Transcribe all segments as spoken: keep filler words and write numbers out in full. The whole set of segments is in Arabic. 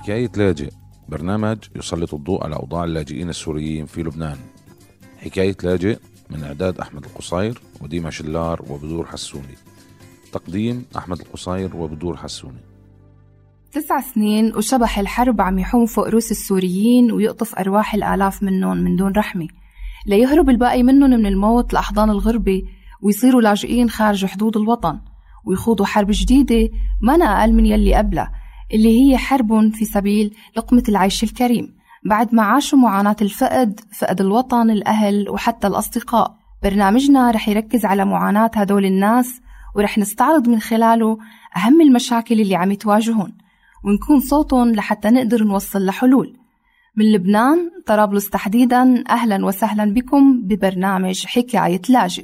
حكاية لاجئ، برنامج يسلط الضوء على أوضاع اللاجئين السوريين في لبنان. حكاية لاجئ من إعداد أحمد القصير وديما شلار وبدور حسوني. تقديم أحمد القصير وبدور حسوني. تسع سنين وشبح الحرب عم يحوم فوق رؤوس السوريين ويقطف أرواح الآلاف منهم من دون رحمة، ليهرب الباقي منهم من الموت لأحضان الغربة ويصيروا لاجئين خارج حدود الوطن، ويخوضوا حرب جديدة ما أقل من يلي قبلها، اللي هي حرب في سبيل لقمة العيش الكريم بعد ما عاشوا معاناة الفقد، فقد الوطن، الأهل وحتى الأصدقاء. برنامجنا رح يركز على معاناة هدول الناس، ورح نستعرض من خلاله أهم المشاكل اللي عم تواجهون ونكون صوتهم لحتى نقدر نوصل لحلول. من لبنان، طرابلس تحديداً، أهلاً وسهلاً بكم ببرنامج حكاية لاجئ.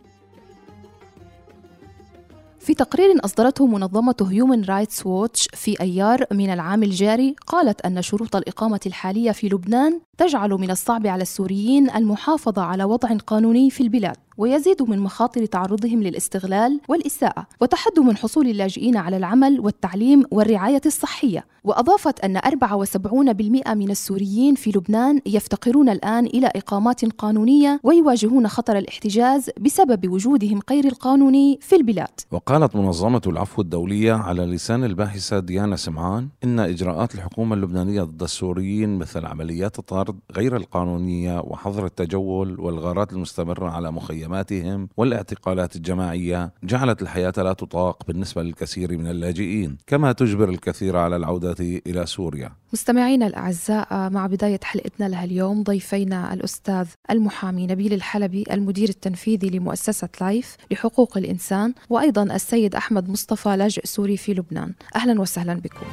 في تقرير أصدرته منظمة هيومن رايتس ووتش في أيار من العام الجاري، قالت أن شروط الإقامة الحالية في لبنان تجعل من الصعب على السوريين المحافظة على وضع قانوني في البلاد، ويزيد من مخاطر تعرضهم للاستغلال والإساءة، وتحد من حصول اللاجئين على العمل والتعليم والرعاية الصحية. وأضافت أن أربعة وسبعين بالمئة من السوريين في لبنان يفتقرون الآن إلى إقامات قانونية ويواجهون خطر الاحتجاز بسبب وجودهم غير القانوني في البلاد. وقالت منظمة العفو الدولية على لسان الباحثة ديانا سمعان إن إجراءات الحكومة اللبنانية ضد السوريين مثل عمليات الطرد غير القانونية وحظر التجول والغارات المستمرة على مخيماتهم والاعتقالات الجماعية جعلت الحياة لا تطاق بالنسبة للكثير من اللاجئين، كما تجبر الكثير على العودة إلى سوريا. مستمعينا الأعزاء، مع بداية حلقتنا لها اليوم ضيفينا الأستاذ المحامي نبيل الحلبي المدير التنفيذي لمؤسسة لايف لحقوق الإنسان، وأيضا السيد أحمد مصطفى لاجئ سوري في لبنان. أهلا وسهلا بكم.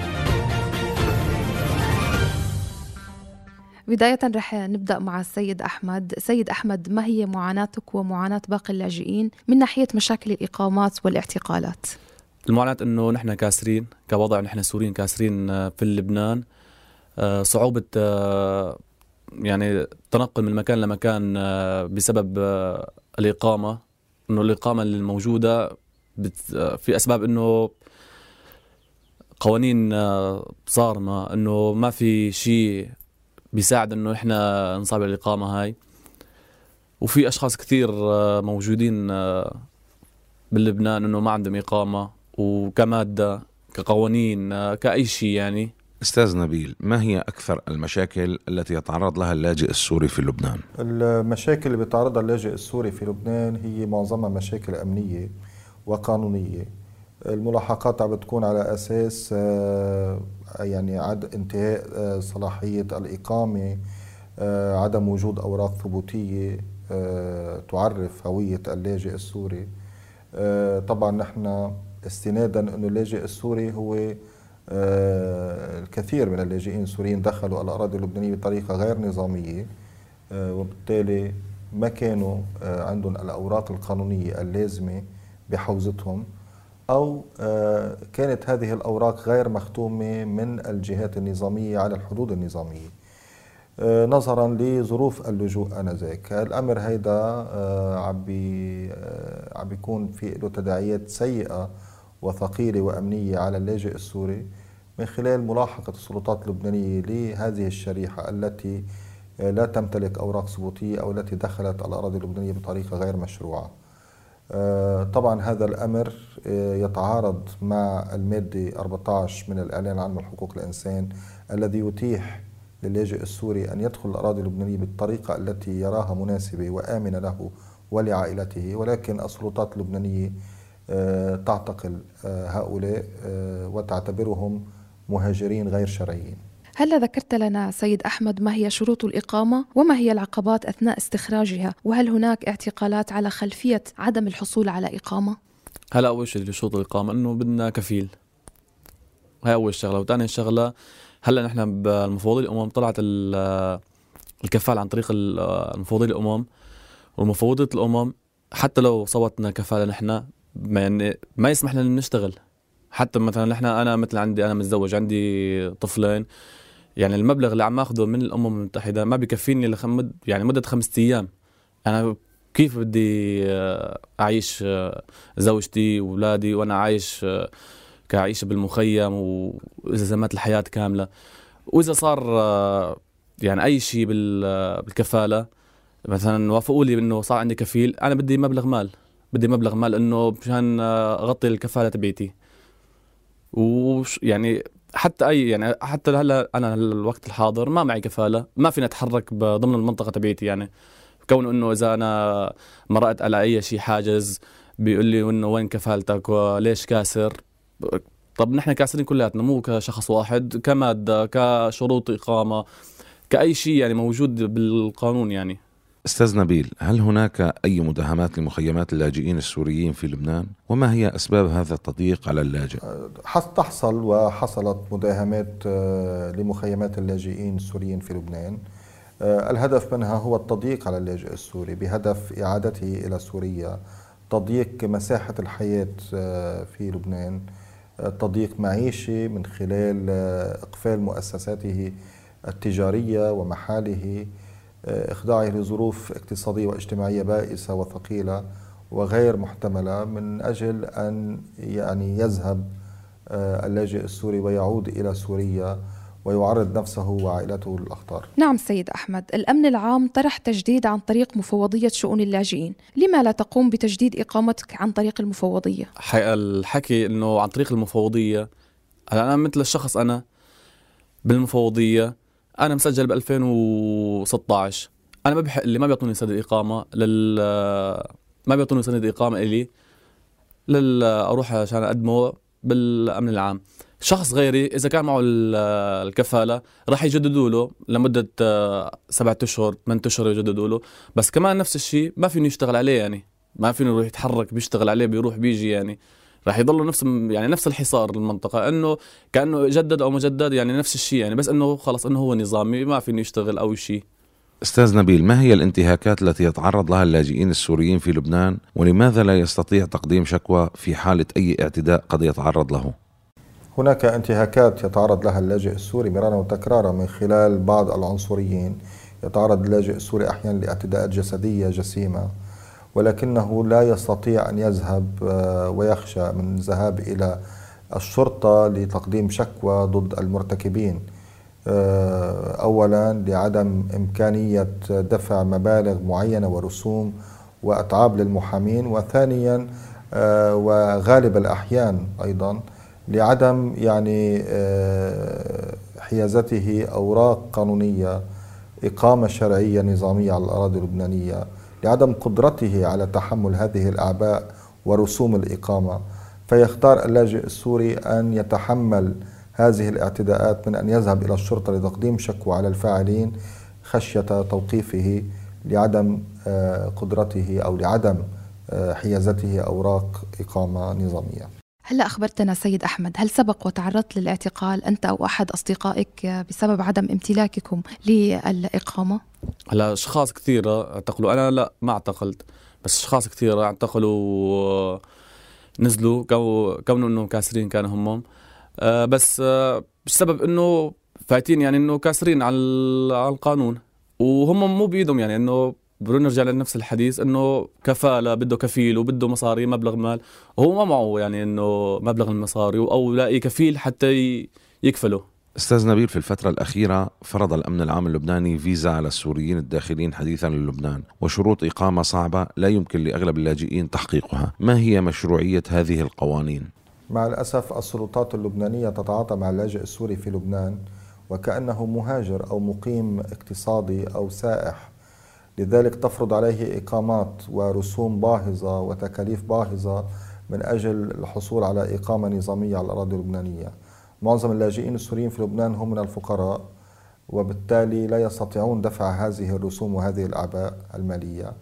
بداية رح نبدأ مع السيد أحمد. سيد أحمد، ما هي معاناتك ومعاناة باقي اللاجئين من ناحية مشاكل الإقامات والاعتقالات؟ المعاناة أنه نحن كاسرين كوضع، نحن سوريين كاسرين في لبنان، صعوبة يعني تنقل من مكان لمكان بسبب الإقامة، أنه الإقامة الموجودة في أسباب أنه قوانين صارمة، أنه ما في شيء بيساعد أنه إحنا نصاب الإقامة هاي. وفي أشخاص كثير موجودين باللبنان أنه ما عندهم إقامة، وكمادة كقوانين كأي شيء. يعني أستاذ نبيل، ما هي أكثر المشاكل التي يتعرض لها اللاجئ السوري في لبنان؟ المشاكل اللي بيتعرضها اللاجئ السوري في لبنان هي معظمها مشاكل أمنية وقانونية. الملاحقات عم بتكون على أساس يعني عد انتهاء صلاحية الإقامة، عدم وجود أوراق ثبوتية تعرف هوية اللاجئ السوري. طبعا نحن استنادا أن اللاجئ السوري هو الكثير من اللاجئين السوريين دخلوا الأراضي اللبنانية بطريقة غير نظامية، وبالتالي ما كانوا عندهم الأوراق القانونية اللازمة بحوزتهم، أو كانت هذه الأوراق غير مختومة من الجهات النظامية على الحدود النظامية نظرا لظروف اللجوء آنذاك. الأمر هيدا عم عم بيكون في له تداعيات سيئة وثقيلة وأمنية على اللاجئ السوري من خلال ملاحقة السلطات اللبنانية لهذه الشريحة التي لا تمتلك أوراق ثبوتية أو التي دخلت الأراضي اللبنانية بطريقة غير مشروعة. طبعا هذا الأمر يتعارض مع المادة أربعة عشر من الإعلان العام لحقوق الإنسان الذي يتيح للاجئ السوري أن يدخل الأراضي اللبنانية بالطريقة التي يراها مناسبة وآمنة له ولعائلته، ولكن السلطات اللبنانية تعتقل هؤلاء وتعتبرهم مهاجرين غير شرعيين. هلا ذكرت لنا سيد أحمد ما هي شروط الإقامة وما هي العقبات أثناء استخراجها، وهل هناك اعتقالات على خلفية عدم الحصول على إقامة؟ هلا أول شيء لشروط الإقامة أنه بدنا كفيل، هاي أول شغلة. وثاني شغلة، هلا نحن بالمفوضية الأمم طلعت الكفالة عن طريق المفوضية الأمم، والمفوضية الأمم حتى لو صوتنا كفالة نحن يعني ما يسمح لنا نشتغل. حتى مثلا نحن أنا مثل عندي أنا متزوج عندي طفلين، يعني المبلغ اللي عم أخذه من الأمم المتحدة ما بيكفيني لخمد يعني مدة خمسة أيام. أنا كيف بدي أعيش زوجتي وأولادي وأنا عايش كعيش بالمخيم وإزمات الحياة كاملة. وإذا صار يعني أي شيء بالكفالة، مثلا وافقوا لي إنه صار عندي كفيل، أنا بدي مبلغ مال بدي مبلغ مال إنه مشان أغطي الكفالة تبعتي. وش يعني حتى أي يعني حتى هلا أنا الوقت الحاضر ما معي كفالة، ما فينا أتحرك ضمن المنطقة تبعتي، يعني كونه إنه إذا أنا مرقت على أي شيء حاجز بيقول لي إنه وين كفالتك وليش كاسر. طب نحن كاسرين كلياتنا، مو كشخص واحد، كمادة، كشروط إقامة، كأي شيء يعني موجود بالقانون. يعني أستاذ نبيل، هل هناك أي مداهمات لمخيمات اللاجئين السوريين في لبنان؟ وما هي أسباب هذا التضييق على اللاجئ؟ تحصل وحصلت مداهمات لمخيمات اللاجئين السوريين في لبنان. الهدف منها هو التضييق على اللاجئ السوري بهدف إعادته إلى سوريا، تضييق مساحة الحياة في لبنان، تضييق معيشي من خلال إقفال مؤسساته التجارية ومحاله، إخضاعه لظروف اقتصادية واجتماعية بائسة وثقيلة وغير محتملة، من أجل أن يعني يذهب اللاجئ السوري ويعود إلى سوريا ويعرض نفسه وعائلته للأخطار. نعم سيد أحمد، الأمن العام طرح تجديد عن طريق مفوضية شؤون اللاجئين، لما لا تقوم بتجديد إقامتك عن طريق المفوضية؟ الحكي أنه عن طريق المفوضية، أنا مثل الشخص أنا بالمفوضية أنا مسجل ب ألفين وستة عشر، أنا ما بحق اللي ما بيعطوني سند إقامة لل ما بيعطوني سند إقامة إلي لل أروح عشان أقدمه بالأمن العام. شخص غيري إذا كان معه الكفالة راح يجددوا له لمدة سبعة أشهر ثمانية أشهر يجددوا له، بس كمان نفس الشيء ما فيني يشتغل عليه، يعني ما فيني يروح يتحرك بيشتغل عليه بيروح بيجي، يعني راح يضلوا نفس يعني نفس الحصار المنطقة، إنه كأنه جدد أو مجدد يعني نفس الشيء، يعني بس إنه خلص إنه هو نظامي ما فيني يشتغل أو شيء. أستاذ نبيل، ما هي الانتهاكات التي يتعرض لها اللاجئين السوريين في لبنان، ولماذا لا يستطيع تقديم شكوى في حالة أي اعتداء قد يتعرض له؟ هناك انتهاكات يتعرض لها اللاجئ السوري مرارا وتكرارا من خلال بعض العنصريين. يتعرض اللاجئ السوري أحيانا لاعتداءات جسدية جسيمة، ولكنه لا يستطيع أن يذهب ويخشى من الذهاب إلى الشرطة لتقديم شكوى ضد المرتكبين. أولا لعدم إمكانية دفع مبالغ معينة ورسوم وأتعاب للمحامين، وثانيا وغالب الأحيان أيضا لعدم يعني حيازته أوراق قانونية إقامة شرعية نظامية على الأراضي اللبنانية، لعدم قدرته على تحمل هذه الأعباء ورسوم الإقامة، فيختار اللاجئ السوري أن يتحمل هذه الاعتداءات من أن يذهب إلى الشرطة لتقديم شكوى على الفاعلين خشية توقيفه لعدم قدرته أو لعدم حيازته أوراق إقامة نظامية. هلأ أخبرتنا سيد أحمد، هل سبق وتعرضت للاعتقال أنت أو أحد أصدقائك بسبب عدم امتلاككم للإقامة؟ هلا أشخاص كثيرة اعتقلوا، أنا لا ما اعتقلت، بس أشخاص كثيرة اعتقلوا نزلوا كونوا أنهم كاسرين كانوا همهم، أه بس أه بسبب أنه فايتين يعني أنه كاسرين على القانون، وهم مو بيدهم يعني أنه بنرجع لنفس الحديث انه كفالة بده كفيل وبده مصاري مبلغ مال، وهو ما معه يعني انه مبلغ المصاري او لاقي كفيل حتى يكفله. أستاذ نبيل، في الفترة الأخيرة فرض الأمن العام اللبناني فيزا على السوريين الداخلين حديثا للبنان وشروط إقامة صعبة لا يمكن لأغلب اللاجئين تحقيقها، ما هي مشروعية هذه القوانين؟ مع الأسف السلطات اللبنانية تتعاطى مع اللاجئ السوري في لبنان وكأنه مهاجر أو مقيم اقتصادي أو سائح، لذلك تفرض عليه إقامات ورسوم باهظة وتكاليف باهظة من أجل الحصول على إقامة نظامية على الأراضي اللبنانية. معظم اللاجئين السوريين في لبنان هم من الفقراء، وبالتالي لا يستطيعون دفع هذه الرسوم وهذه الأعباء المالية،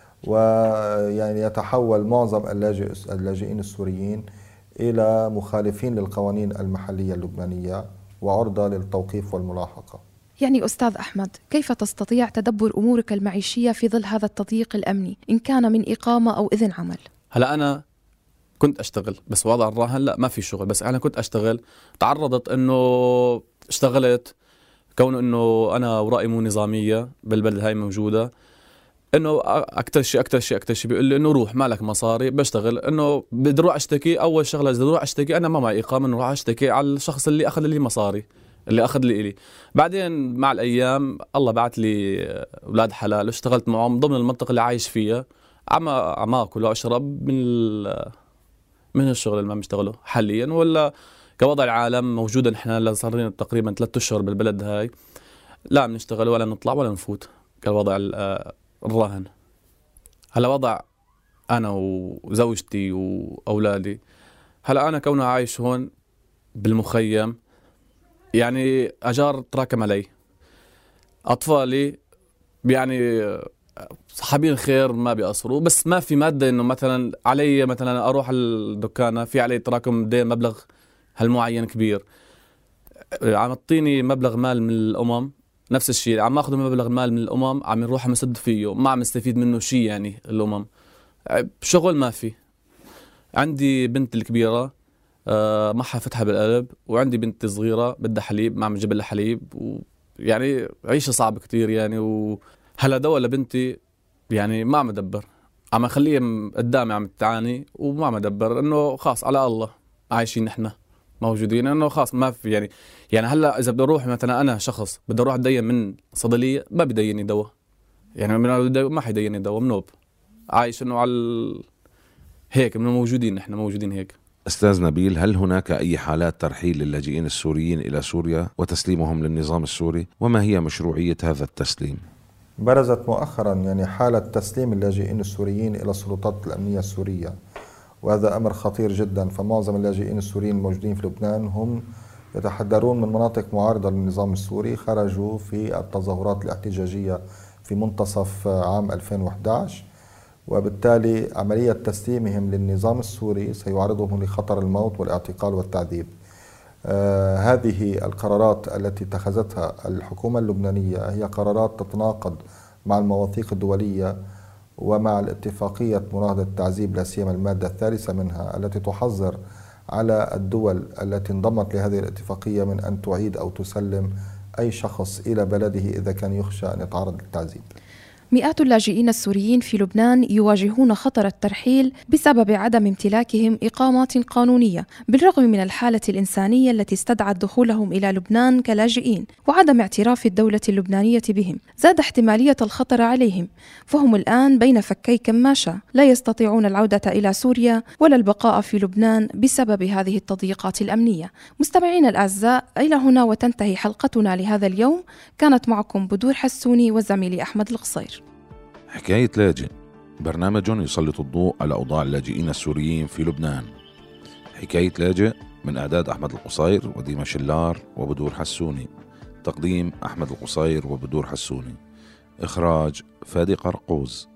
ويعني يتحول معظم اللاجئ اللاجئين السوريين إلى مخالفين للقوانين المحلية اللبنانية وعرضة للتوقيف والملاحقة. يعني أستاذ أحمد، كيف تستطيع تدبر أمورك المعيشية في ظل هذا التضييق الأمني إن كان من إقامة أو إذن عمل؟ هلا أنا كنت أشتغل بس وضع الراهن لا ما في شغل، بس أنا كنت أشتغل، تعرضت إنه اشتغلت كونه إنه أنا ورائي مو نظامية بالبلد هاي موجودة، انه اكثر شيء اكثر شيء اكثر شيء بيقول لي انه روح مالك مصاري بشتغل، انه بدي اروح اشتكي. اول شغله بدي اروح اشتكي انا ما معي اقامه، انه اروح اشتكي على الشخص اللي اخذ لي مصاري، اللي اخذ لي الي. بعدين مع الايام الله بعث لي اولاد حلال واشتغلت معهم ضمن المنطقه اللي عايش فيها، عم عم اكل واشرب من من الشغل اللي ما بيشتغله حاليا. ولا كوضع العالم موجوده، نحن صار لنا تقريبا ثلاثة اشهر بالبلد هاي لا بنشتغل ولا نطلع ولا نفوت كالوضع الراهن. هلا وضع أنا وزوجتي وأولادي، هلا أنا كونها عايش هون بالمخيم، يعني أجار تراكم علي، أطفالي يعني صحابين خير ما بيقصروا، بس ما في مادة إنه مثلا علي مثلا أروح الدكانة في علي تراكم دين مبلغ هالمعين كبير، عم تعطيني مبلغ مال من الأمم، نفس الشيء عم اخذ مبلغ مال من الامم عم نروح مسد فيه، ما عم نستفيد منه شيء. يعني الامم شغل ما في. عندي بنت الكبيره آه معها فتحه بالقلب، وعندي بنت صغيره بدها حليب ما عم نجيب لها حليب، ويعني عيشه صعبه كتير يعني. وهلا دواء لبنتي يعني ما عم ادبر، عم اخليها قدامي عم تعاني وما عم ادبر، انه خاص على الله عايشين نحن موجودين، انه خاص ما في يعني. يعني هلا اذا بدي اروح مثلا انا شخص بدي اروح اتدين من صيدليه ما بديني دواء، يعني ما حيديني دواء منوب عايش انه على ال... هيك من موجودين نحن موجودين هيك. أستاذ نبيل، هل هناك أي حالات ترحيل للاجئين السوريين إلى سوريا وتسليمهم للنظام السوري؟ وما هي مشروعية هذا التسليم؟ برزت مؤخرا يعني حالة تسليم اللاجئين السوريين إلى السلطات الأمنية السورية، وهذا أمر خطير جدا. فمعظم اللاجئين السوريين الموجودين في لبنان هم يتحدرون من مناطق معارضة للنظام السوري، خرجوا في التظاهرات الاحتجاجية في منتصف عام ألفين وإحدى عشر، وبالتالي عملية تسليمهم للنظام السوري سيعرضهم لخطر الموت والاعتقال والتعذيب. آه هذه القرارات التي اتخذتها الحكومة اللبنانية هي قرارات تتناقض مع المواثيق الدولية ومع الاتفاقية مناهضة التعذيب، لا سيما المادة الثالثة منها التي تحظر على الدول التي انضمت لهذه الاتفاقية من أن تعيد أو تسلم أي شخص إلى بلده إذا كان يخشى أن يتعرض للتعذيب. مئات اللاجئين السوريين في لبنان يواجهون خطر الترحيل بسبب عدم امتلاكهم إقامات قانونية، بالرغم من الحالة الإنسانية التي استدعت دخولهم إلى لبنان كلاجئين وعدم اعتراف الدولة اللبنانية بهم. زاد احتمالية الخطر عليهم، فهم الآن بين فكي كماشة، لا يستطيعون العودة إلى سوريا ولا البقاء في لبنان بسبب هذه التضييقات الأمنية. مستمعين الأعزاء، إلى هنا وتنتهي حلقتنا لهذا اليوم. كانت معكم بدور حسوني وزميلي أحمد القصير. حكاية لاجئ، برنامج يسلط الضوء على أوضاع اللاجئين السوريين في لبنان. حكاية لاجئ من إعداد أحمد القصير وديما شلار وبدور حسوني، تقديم أحمد القصير وبدور حسوني، إخراج فادي قرقوز.